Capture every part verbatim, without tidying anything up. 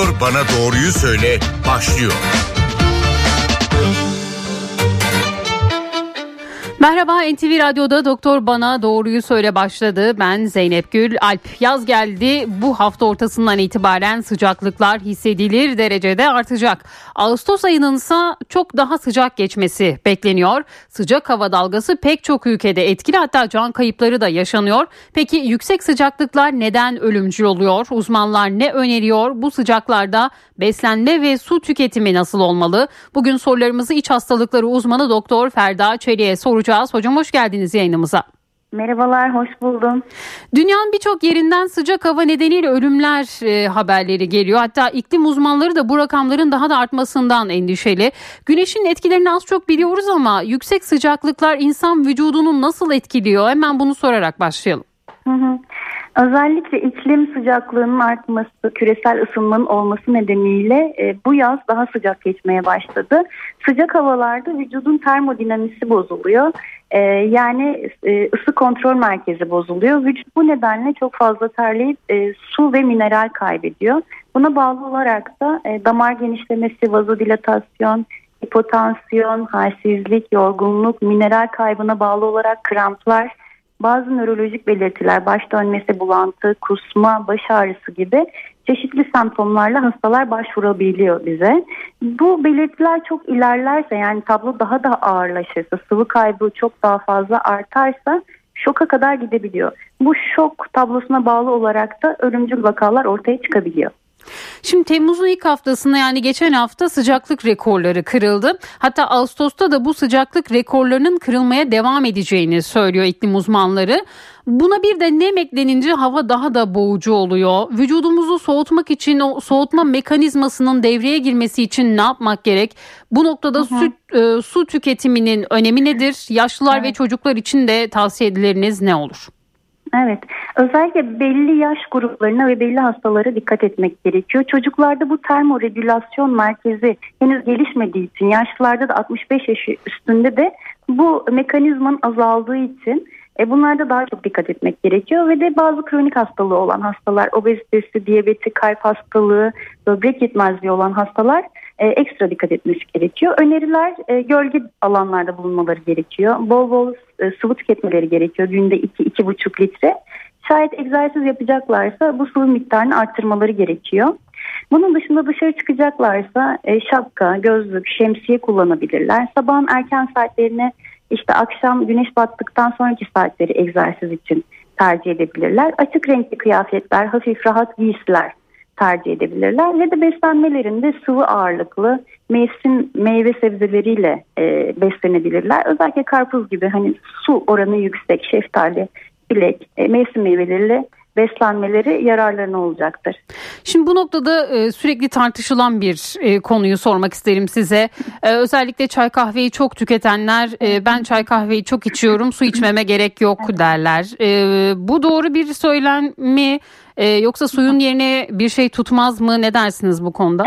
Doktor Bana Doğruyu Söyle başlıyor. Merhaba, N T V Radyo'da Doktor Bana Doğruyu Söyle başladı. Ben Zeynep Gül Alp. Yaz geldi. Bu hafta ortasından itibaren sıcaklıklar hissedilir derecede artacak. Ağustos ayının ise çok daha sıcak geçmesi bekleniyor. Sıcak hava dalgası pek çok ülkede etkili, hatta can kayıpları da yaşanıyor. Peki yüksek sıcaklıklar neden ölümcül oluyor? Uzmanlar ne öneriyor? Bu sıcaklarda beslenme ve su tüketimi nasıl olmalı? Bugün sorularımızı iç hastalıkları uzmanı Doktor Ferda Çelik'e soracağız. Hocam hoş geldiniz yayınımıza. Merhabalar, hoş buldum. Dünyanın birçok yerinden sıcak hava nedeniyle ölümler e, haberleri geliyor. Hatta iklim uzmanları da bu rakamların daha da artmasından endişeli. Güneşin etkilerini az çok biliyoruz ama yüksek sıcaklıklar insan vücudunu nasıl etkiliyor? Hemen bunu sorarak başlayalım. Hı hı. Özellikle iklim sıcaklığının artması, küresel ısınmanın olması nedeniyle e, bu yaz daha sıcak geçmeye başladı. Sıcak havalarda vücudun termodinamisi bozuluyor. E, yani e, ısı kontrol merkezi bozuluyor. Vücut bu nedenle çok fazla terleyip e, su ve mineral kaybediyor. Buna bağlı olarak da e, damar genişlemesi, vazodilatasyon, hipotansiyon, halsizlik, yorgunluk, mineral kaybına bağlı olarak kramplar, bazı nörolojik belirtiler, baş dönmesi, bulantı, kusma, baş ağrısı gibi çeşitli semptomlarla hastalar başvurabiliyor bize. Bu belirtiler çok ilerlerse, yani tablo daha da ağırlaşırsa, sıvı kaybı çok daha fazla artarsa şoka kadar gidebiliyor. Bu şok tablosuna bağlı olarak da ölümcül vakalar ortaya çıkabiliyor. Şimdi Temmuz'un ilk haftasında, yani geçen hafta sıcaklık rekorları kırıldı. Hatta Ağustos'ta da bu sıcaklık rekorlarının kırılmaya devam edeceğini söylüyor iklim uzmanları. Buna bir de nem eklenince hava daha da boğucu oluyor. Vücudumuzu soğutmak için o soğutma mekanizmasının devreye girmesi için ne yapmak gerek? Bu noktada hı hı. Süt, e, su tüketiminin önemi nedir? Yaşlılar evet. ve çocuklar için de tavsiyeleriniz ne olur? Evet, özellikle belli yaş gruplarına ve belli hastalara dikkat etmek gerekiyor. Çocuklarda bu termoregülasyon merkezi henüz gelişmediği için, yaşlılarda da altmış beş yaş üstünde de bu mekanizmanın azaldığı için e, bunlarda daha çok dikkat etmek gerekiyor. Ve de bazı kronik hastalığı olan hastalar, obezitesi, diyabeti, kalp hastalığı, böbrek yetmezliği olan hastalar e, ekstra dikkat etmesi gerekiyor. Öneriler e, gölge alanlarda bulunmaları gerekiyor. Bol bol e, sıvı tüketmeleri gerekiyor. Günde iki iki buçuk litre. Şayet egzersiz yapacaklarsa bu sıvı miktarını arttırmaları gerekiyor. Bunun dışında dışarı çıkacaklarsa e, şapka, gözlük, şemsiye kullanabilirler. Sabahın erken saatlerine, işte akşam güneş battıktan sonraki saatleri egzersiz için tercih edebilirler. Açık renkli kıyafetler, hafif rahat giysiler tercih edebilirler. Ve de beslenmelerinde sıvı ağırlıklı mevsim meyve sebzeleriyle e, beslenebilirler. Özellikle karpuz gibi hani su oranı yüksek, şeftali, çilek, e, mevsim meyveleriyle beslenmeleri yararlarına olacaktır. Şimdi bu noktada e, sürekli tartışılan bir e, konuyu sormak isterim size. E, özellikle çay kahveyi çok tüketenler, e, ben çay kahveyi çok içiyorum, su içmeme gerek yok derler. E, bu doğru bir söylem mi? E, yoksa suyun yerine bir şey tutmaz mı? Ne dersiniz bu konuda?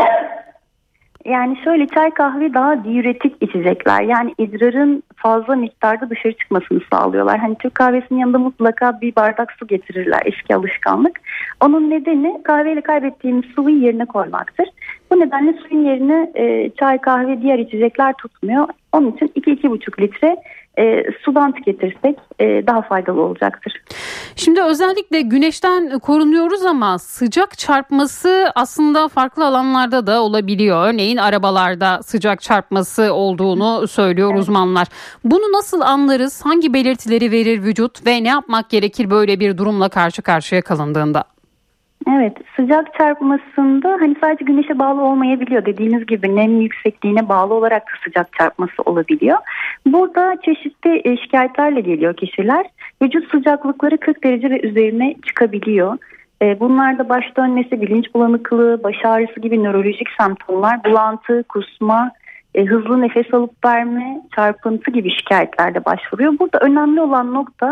Yani şöyle, çay kahve daha diüretik içecekler. Yani idrarın fazla miktarda dışarı çıkmasını sağlıyorlar. Hani Türk kahvesinin yanında mutlaka bir bardak su getirirler, eski alışkanlık. Onun nedeni kahveyle kaybettiğimiz sıvıyı yerine koymaktır. Bu nedenle suyun yerine e, çay, kahve, diğer içecekler tutmuyor. Onun için iki iki buçuk litre e, sudan tüketirsek e, daha faydalı olacaktır. Şimdi özellikle güneşten korunuyoruz ama sıcak çarpması aslında farklı alanlarda da olabiliyor. Örneğin arabalarda sıcak çarpması olduğunu söylüyor evet. uzmanlar. Bunu nasıl anlarız? Hangi belirtileri verir vücut ve ne yapmak gerekir böyle bir durumla karşı karşıya kalındığında? Evet, sıcak çarpmasında hani sadece güneşe bağlı olmayabiliyor. Dediğiniz gibi nem yüksekliğine bağlı olarak da sıcak çarpması olabiliyor. Burada çeşitli şikayetlerle geliyor kişiler. Vücut sıcaklıkları kırk derece ve üzerine çıkabiliyor. Bunlar da baş dönmesi, bilinç bulanıklığı, baş ağrısı gibi nörolojik semptomlar, bulantı, kusma, hızlı nefes alıp verme, çarpıntı gibi şikayetlerde başvuruyor. Burada önemli olan nokta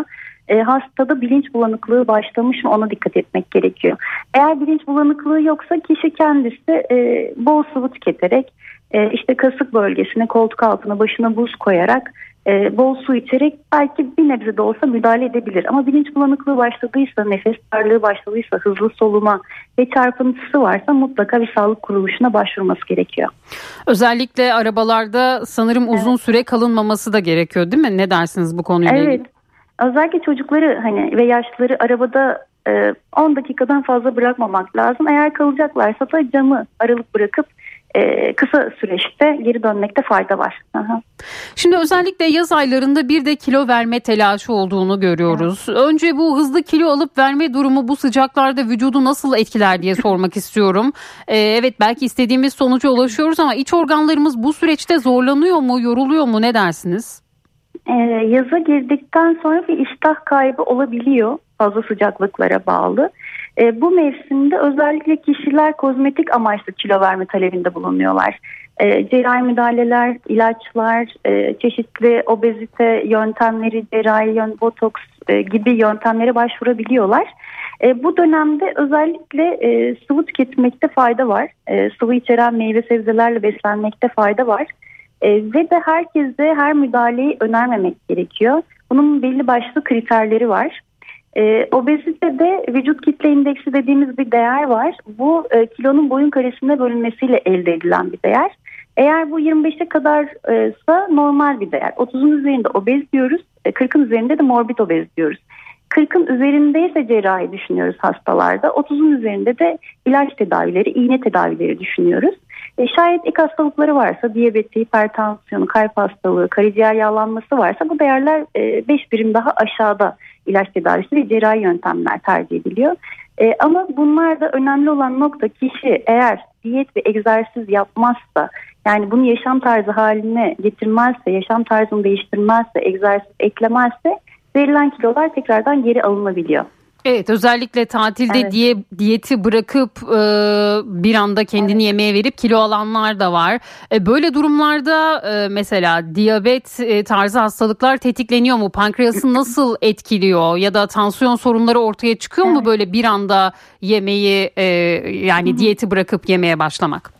e, hastada bilinç bulanıklığı başlamış mı ona dikkat etmek gerekiyor. Eğer bilinç bulanıklığı yoksa kişi kendisi e, bol sıvı tüketerek e, işte kasık bölgesine, koltuk altına, başına buz koyarak, e, bol su içerek belki bir nebze de olsa müdahale edebilir. Ama bilinç bulanıklığı başladıysa, nefes darlığı başladıysa, hızlı soluma ve çarpıntısı varsa mutlaka bir sağlık kuruluşuna başvurması gerekiyor. Özellikle arabalarda sanırım uzun evet. süre kalınmaması da gerekiyor, değil mi? Ne dersiniz bu konuyla ilgili? Evet. Özellikle çocukları hani ve yaşlıları arabada e, on dakikadan fazla bırakmamak lazım. Eğer kalacaklarsa da camı aralık bırakıp e, kısa süreçte geri dönmekte fayda var. Aha. Şimdi özellikle yaz aylarında bir de kilo verme telaşı olduğunu görüyoruz. Evet. Önce bu hızlı kilo alıp verme durumu bu sıcaklarda vücudu nasıl etkiler diye sormak istiyorum. Ee, evet belki istediğimiz sonuca ulaşıyoruz ama iç organlarımız bu süreçte zorlanıyor mu, yoruluyor mu, ne dersiniz? Ee, yaza girdikten sonra bir iştah kaybı olabiliyor fazla sıcaklıklara bağlı. Ee, bu mevsimde özellikle kişiler kozmetik amaçlı kilo verme talebinde bulunuyorlar. Ee, cerrahi müdahaleler, ilaçlar, e, çeşitli obezite yöntemleri, cerrahi yön, botoks e, gibi yöntemlere başvurabiliyorlar. E, bu dönemde özellikle e, sıvı tüketmekte fayda var. E, sıvı içeren meyve sebzelerle beslenmekte fayda var. E, ve de herkese her müdahaleyi önermemek gerekiyor. Bunun belli başlı kriterleri var. E, obezitede vücut kitle indeksi dediğimiz bir değer var. Bu e, kilonun boyun karesine bölünmesiyle elde edilen bir değer. Eğer bu yirmi beşe kadarsa normal bir değer. otuzun üzerinde obez diyoruz, kırkın üzerinde de morbid obez diyoruz. kırkın üzerindeyse cerrahi düşünüyoruz hastalarda. otuzun üzerinde de ilaç tedavileri, iğne tedavileri düşünüyoruz. E, şayet ek hastalıkları varsa, diyabeti, hipertansiyonu, kalp hastalığı, karaciğer yağlanması varsa bu değerler beş e, birim daha aşağıda ilaç tedavisi ve cerrahi yöntemler tercih ediliyor. E, ama bunlarda önemli olan nokta kişi eğer diyet ve egzersiz yapmazsa, yani bunu yaşam tarzı haline getirmezse, yaşam tarzını değiştirmezse, egzersiz eklemezse verilen kilolar tekrardan geri alınabiliyor. Evet, özellikle tatilde evet. diye diyeti bırakıp e, bir anda kendini evet. yemeğe verip kilo alanlar da var. E, böyle durumlarda e, mesela diyabet e, tarzı hastalıklar tetikleniyor mu? Pankreası nasıl etkiliyor ya da tansiyon sorunları ortaya çıkıyor evet. mu böyle bir anda yemeği e, yani Hı-hı. diyeti bırakıp yemeye başlamak?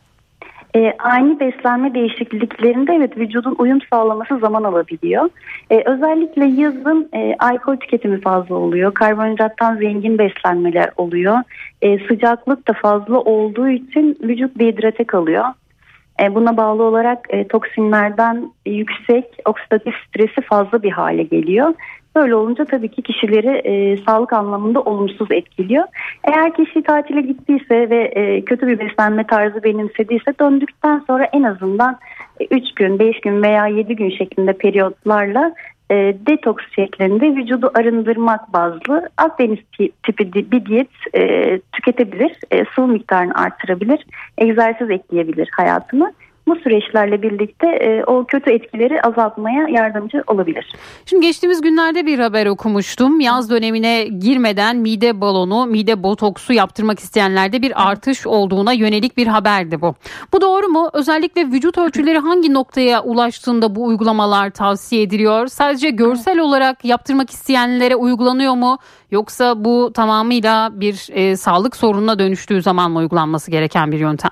E, ani beslenme değişikliklerinde evet vücudun uyum sağlaması zaman alabiliyor. E, özellikle yazın e, alkol tüketimi fazla oluyor. Karbonhidrattan zengin beslenmeler oluyor. E, sıcaklık da fazla olduğu için vücut dehidrate kalıyor. E, buna bağlı olarak e, toksinlerden yüksek oksidatif stresi fazla bir hale geliyor. Böyle olunca tabii ki kişileri e, sağlık anlamında olumsuz etkiliyor. Eğer kişi tatile gittiyse ve e, kötü bir beslenme tarzı benimsediyse döndükten sonra en azından üç gün, beş gün veya yedi gün şeklinde periyotlarla e, detoks şeklinde vücudu arındırmak bazlı Akdeniz tipi bir diyet e, tüketebilir. E, sıvı miktarını artırabilir, egzersiz ekleyebilir hayatına. Bu süreçlerle birlikte e, o kötü etkileri azaltmaya yardımcı olabilir. Şimdi geçtiğimiz günlerde bir haber okumuştum. Yaz dönemine girmeden mide balonu, mide botoksu yaptırmak isteyenlerde bir artış olduğuna yönelik bir haberdi bu. Bu doğru mu? Özellikle vücut ölçüleri hangi noktaya ulaştığında bu uygulamalar tavsiye ediliyor? Sadece görsel olarak yaptırmak isteyenlere uygulanıyor mu? Yoksa bu tamamıyla bir e, sağlık sorununa dönüştüğü zaman mı uygulanması gereken bir yöntem?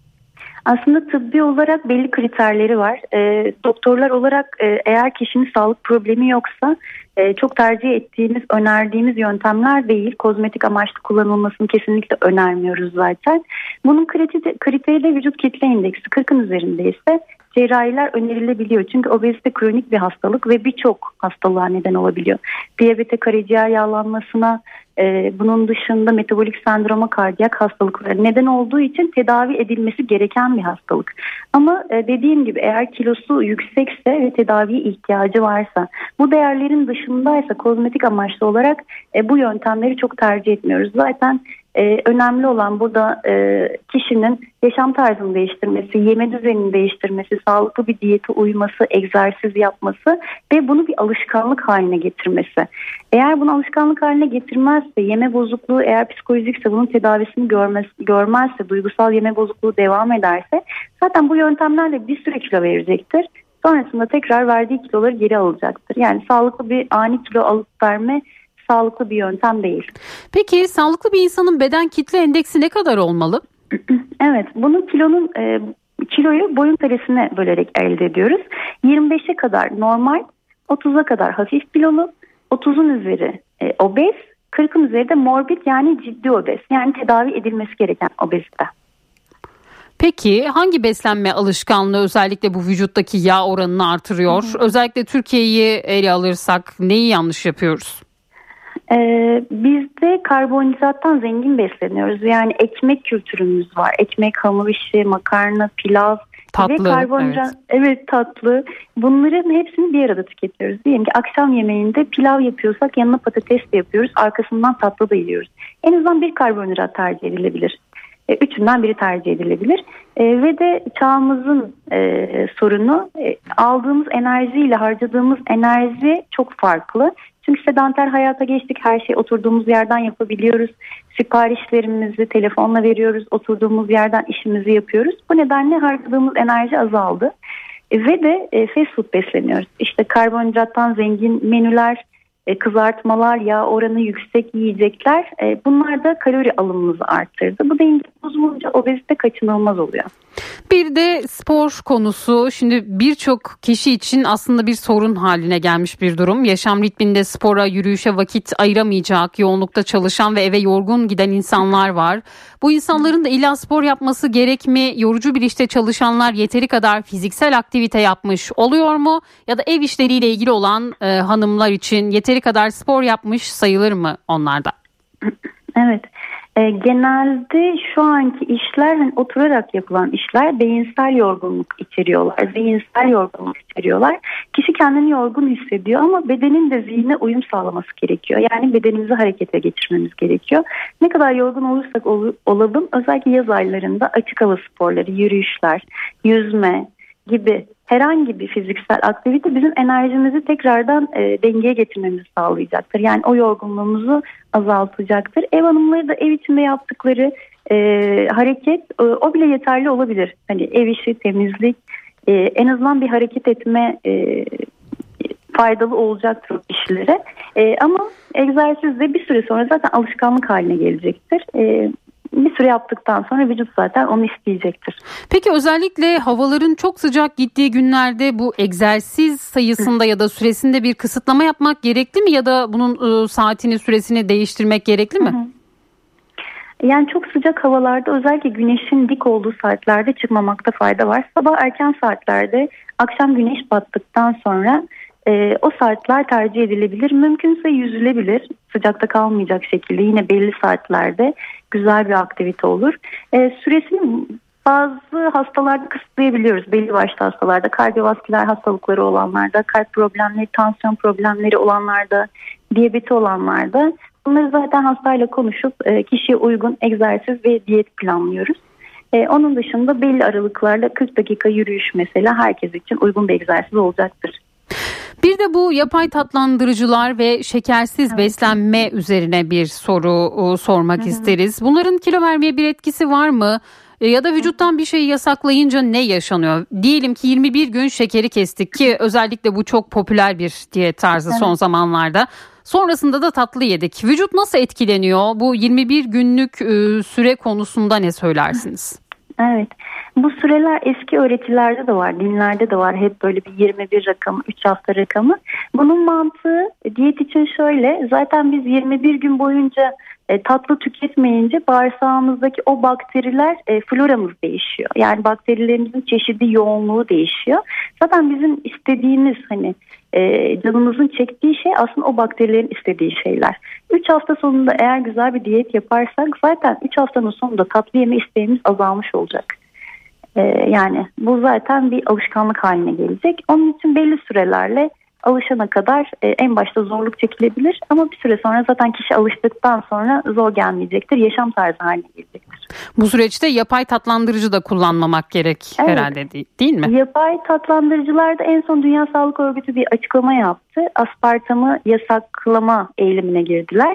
Aslında tıbbi olarak belli kriterleri var. E, doktorlar olarak e, eğer kişinin sağlık problemi yoksa e, çok tercih ettiğimiz, önerdiğimiz yöntemler değil. Kozmetik amaçlı kullanılmasını kesinlikle önermiyoruz zaten. Bunun kriteri, kriteri de vücut kitle indeksi kırkın üzerindeyse cerrahiler önerilebiliyor. Çünkü obezite kronik bir hastalık ve birçok hastalığa neden olabiliyor. Diyabete, karaciğer yağlanmasına, e, bunun dışında metabolik sendroma, kardiyak hastalıklara neden olduğu için tedavi edilmesi gereken bir hastalık. Ama e, dediğim gibi eğer kilosu yüksekse ve tedaviye ihtiyacı varsa, bu değerlerin dışındaysa kozmetik amaçlı olarak e, bu yöntemleri çok tercih etmiyoruz. Zaten Ee, önemli olan burada e, kişinin yaşam tarzını değiştirmesi, yeme düzenini değiştirmesi, sağlıklı bir diyete uyması, egzersiz yapması ve bunu bir alışkanlık haline getirmesi. Eğer bunu alışkanlık haline getirmezse, yeme bozukluğu eğer psikolojikse bunun tedavisini görmez, görmezse, duygusal yeme bozukluğu devam ederse zaten bu yöntemlerle bir süre kilo verecektir. Sonrasında tekrar verdiği kiloları geri alacaktır. Yani sağlıklı bir ani kilo alıp verme sağlıklı bir yöntem değil. Peki sağlıklı bir insanın beden kitle endeksi ne kadar olmalı? Evet, bunu kilonun e, kiloyu boyun karesine bölerek elde ediyoruz. yirmi beşe kadar normal, otuza kadar hafif kilolu, otuzun üzeri e, obez, kırkın üzeri de morbid yani ciddi obez. Yani tedavi edilmesi gereken obezite. Peki hangi beslenme alışkanlığı özellikle bu vücuttaki yağ oranını artırıyor? Hı hı. Özellikle Türkiye'yi ele alırsak neyi yanlış yapıyoruz? Ee, biz de karbonhidrattan zengin besleniyoruz. Yani ekmek kültürümüz var. Ekmek, hamur işi, makarna, pilav tatlı, ve karbonhidrat. Evet. evet tatlı. Bunların hepsini bir arada tüketiyoruz. Diyelim ki akşam yemeğinde pilav yapıyorsak yanına patates de yapıyoruz. Arkasından tatlı da yiyoruz. En azından bir karbonhidrat tercih edilebilir. Üçünden biri tercih edilebilir. E, ve de çağımızın e, sorunu e, aldığımız enerjiyle harcadığımız enerji çok farklı. Çünkü sedanter hayata geçtik. Her şeyi oturduğumuz yerden yapabiliyoruz. Siparişlerimizi telefonla veriyoruz. Oturduğumuz yerden işimizi yapıyoruz. Bu nedenle harcadığımız enerji azaldı. E, ve de e, fast food besleniyoruz. İşte karbonhidrattan zengin menüler, E, kızartmalar, yağ oranı yüksek yiyecekler, e, bunlar da kalori alımımızı arttırdı. Bu denge bozulunca obezite kaçınılmaz oluyor. Bir de spor konusu. Şimdi birçok kişi için aslında bir sorun haline gelmiş bir durum. Yaşam ritminde spora, yürüyüşe vakit ayıramayacak, yoğunlukta çalışan ve eve yorgun giden insanlar var. Bu insanların da illa spor yapması gerek mi? Yorucu bir işte çalışanlar yeteri kadar fiziksel aktivite yapmış oluyor mu? Ya da ev işleriyle ilgili olan e, hanımlar için yeteri kadar spor yapmış sayılır mı onlarda? Evet. E, genelde şu anki işler hani oturarak yapılan işler beyinsel yorgunluk içeriyorlar, zihinsel yorgunluk içeriyorlar. Kişi kendini yorgun hissediyor ama bedenin de zihne uyum sağlaması gerekiyor. Yani bedenimizi harekete geçirmemiz gerekiyor. Ne kadar yorgun olursak ol, olalım özellikle yaz aylarında açık hava sporları, yürüyüşler, yüzme gibi herhangi bir fiziksel aktivite bizim enerjimizi tekrardan e, dengeye getirmemizi sağlayacaktır. Yani o yorgunluğumuzu azaltacaktır. Ev hanımları da ev içinde yaptıkları e, hareket e, o bile yeterli olabilir. Hani ev işi, temizlik, e, en azından bir hareket etme e, faydalı olacaktır kişilere. E, ama egzersiz de bir süre sonra zaten alışkanlık haline gelecektir. E, Bir süre yaptıktan sonra vücut zaten onu isteyecektir. Peki özellikle havaların çok sıcak gittiği günlerde bu egzersiz sayısında ya da süresinde bir kısıtlama yapmak gerekli mi? Ya da bunun ıı, saatini, süresini değiştirmek gerekli mi? Hı hı. Yani çok sıcak havalarda özellikle güneşin dik olduğu saatlerde çıkmamakta fayda var. Sabah erken saatlerde, akşam güneş battıktan sonra e, o saatler tercih edilebilir. Mümkünse yüzülebilir. Sıcakta kalmayacak şekilde yine belli saatlerde güzel bir aktivite olur. E, süresini bazı hastalarda kısıtlayabiliyoruz. Belli başlı hastalarda, kardiyovasküler hastalıkları olanlarda, kalp problemleri, tansiyon problemleri olanlarda, diyabeti olanlarda. Bunları zaten hastayla konuşup e, kişiye uygun egzersiz ve diyet planlıyoruz. E, onun dışında belli aralıklarla kırk dakika yürüyüş mesela herkes için uygun bir egzersiz olacaktır. Bir de bu yapay tatlandırıcılar ve şekersiz evet. beslenme üzerine bir soru sormak hı hı. isteriz. Bunların kilo vermeye bir etkisi var mı? Ya da vücuttan bir şeyi yasaklayınca ne yaşanıyor? Diyelim ki yirmi bir gün şekeri kestik ki özellikle bu çok popüler bir diyet tarzı evet. son zamanlarda. Sonrasında da tatlı yedik. Vücut nasıl etkileniyor? Bu yirmi bir günlük süre konusunda ne söylersiniz? Evet. Bu süreler eski öğretilerde de var, dinlerde de var. Hep böyle bir yirmi bir rakamı, üç hafta rakamı. Bunun mantığı diyet için şöyle. Zaten biz yirmi bir gün boyunca e, tatlı tüketmeyince bağırsağımızdaki o bakteriler, e, floramız değişiyor. Yani bakterilerimizin çeşidi, yoğunluğu değişiyor. Zaten bizim istediğimiz hani e, canımızın çektiği şey aslında o bakterilerin istediği şeyler. üç hafta sonunda eğer güzel bir diyet yaparsak zaten üç haftanın sonunda tatlı yeme isteğimiz azalmış olacak. Ee, yani bu zaten bir alışkanlık haline gelecek. Onun için belli sürelerle alışana kadar e, en başta zorluk çekilebilir ama bir süre sonra zaten kişi alıştıktan sonra zor gelmeyecektir. Yaşam tarzı haline gelecektir. Bu süreçte yapay tatlandırıcı da kullanmamak gerek evet. herhalde değil, değil mi? Yapay tatlandırıcılarda en son Dünya Sağlık Örgütü bir açıklama yaptı. Aspartamı yasaklama eğilimine girdiler.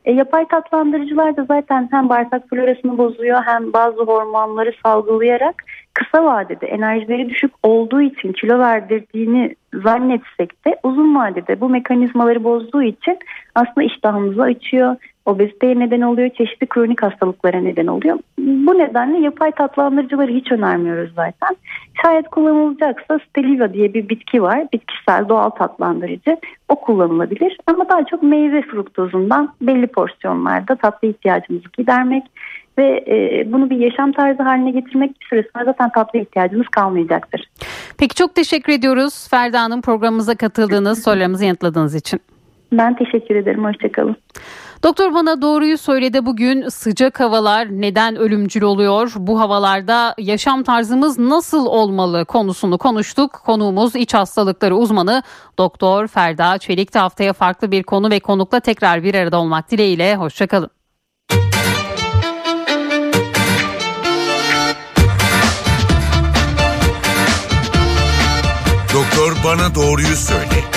E, yapay tatlandırıcılar da zaten hem bağırsak florasını bozuyor hem bazı hormonları salgılayarak kısa vadede enerjileri düşük olduğu için kilo verdirdiğini zannetsek de uzun vadede bu mekanizmaları bozduğu için aslında iştahımızı açıyor, obeziteye neden oluyor, çeşitli kronik hastalıklara neden oluyor. Bu nedenle yapay tatlandırıcıları hiç önermiyoruz zaten. Şayet kullanılacaksa stevia diye bir bitki var, bitkisel doğal tatlandırıcı, o kullanılabilir ama daha çok meyve fruktozundan belli porsiyonlarda tatlı ihtiyacımızı gidermek ve e, bunu bir yaşam tarzı haline getirmek bir süre sonra zaten tatlı ihtiyacımız kalmayacaktır. Peki çok teşekkür ediyoruz Ferda Hanım, programımıza katıldığınız, sorularımızı yanıtladığınız için. Ben teşekkür ederim. Hoşçakalın. Doktor Bana Doğruyu Söyledi bugün sıcak havalar neden ölümcül oluyor? Bu havalarda yaşam tarzımız nasıl olmalı konusunu konuştuk. Konuğumuz iç hastalıkları uzmanı Doktor Ferda Çelik'ti. Haftaya farklı bir konu ve konukla tekrar bir arada olmak dileğiyle. Hoşçakalın. Doktor Bana Doğruyu Söyle.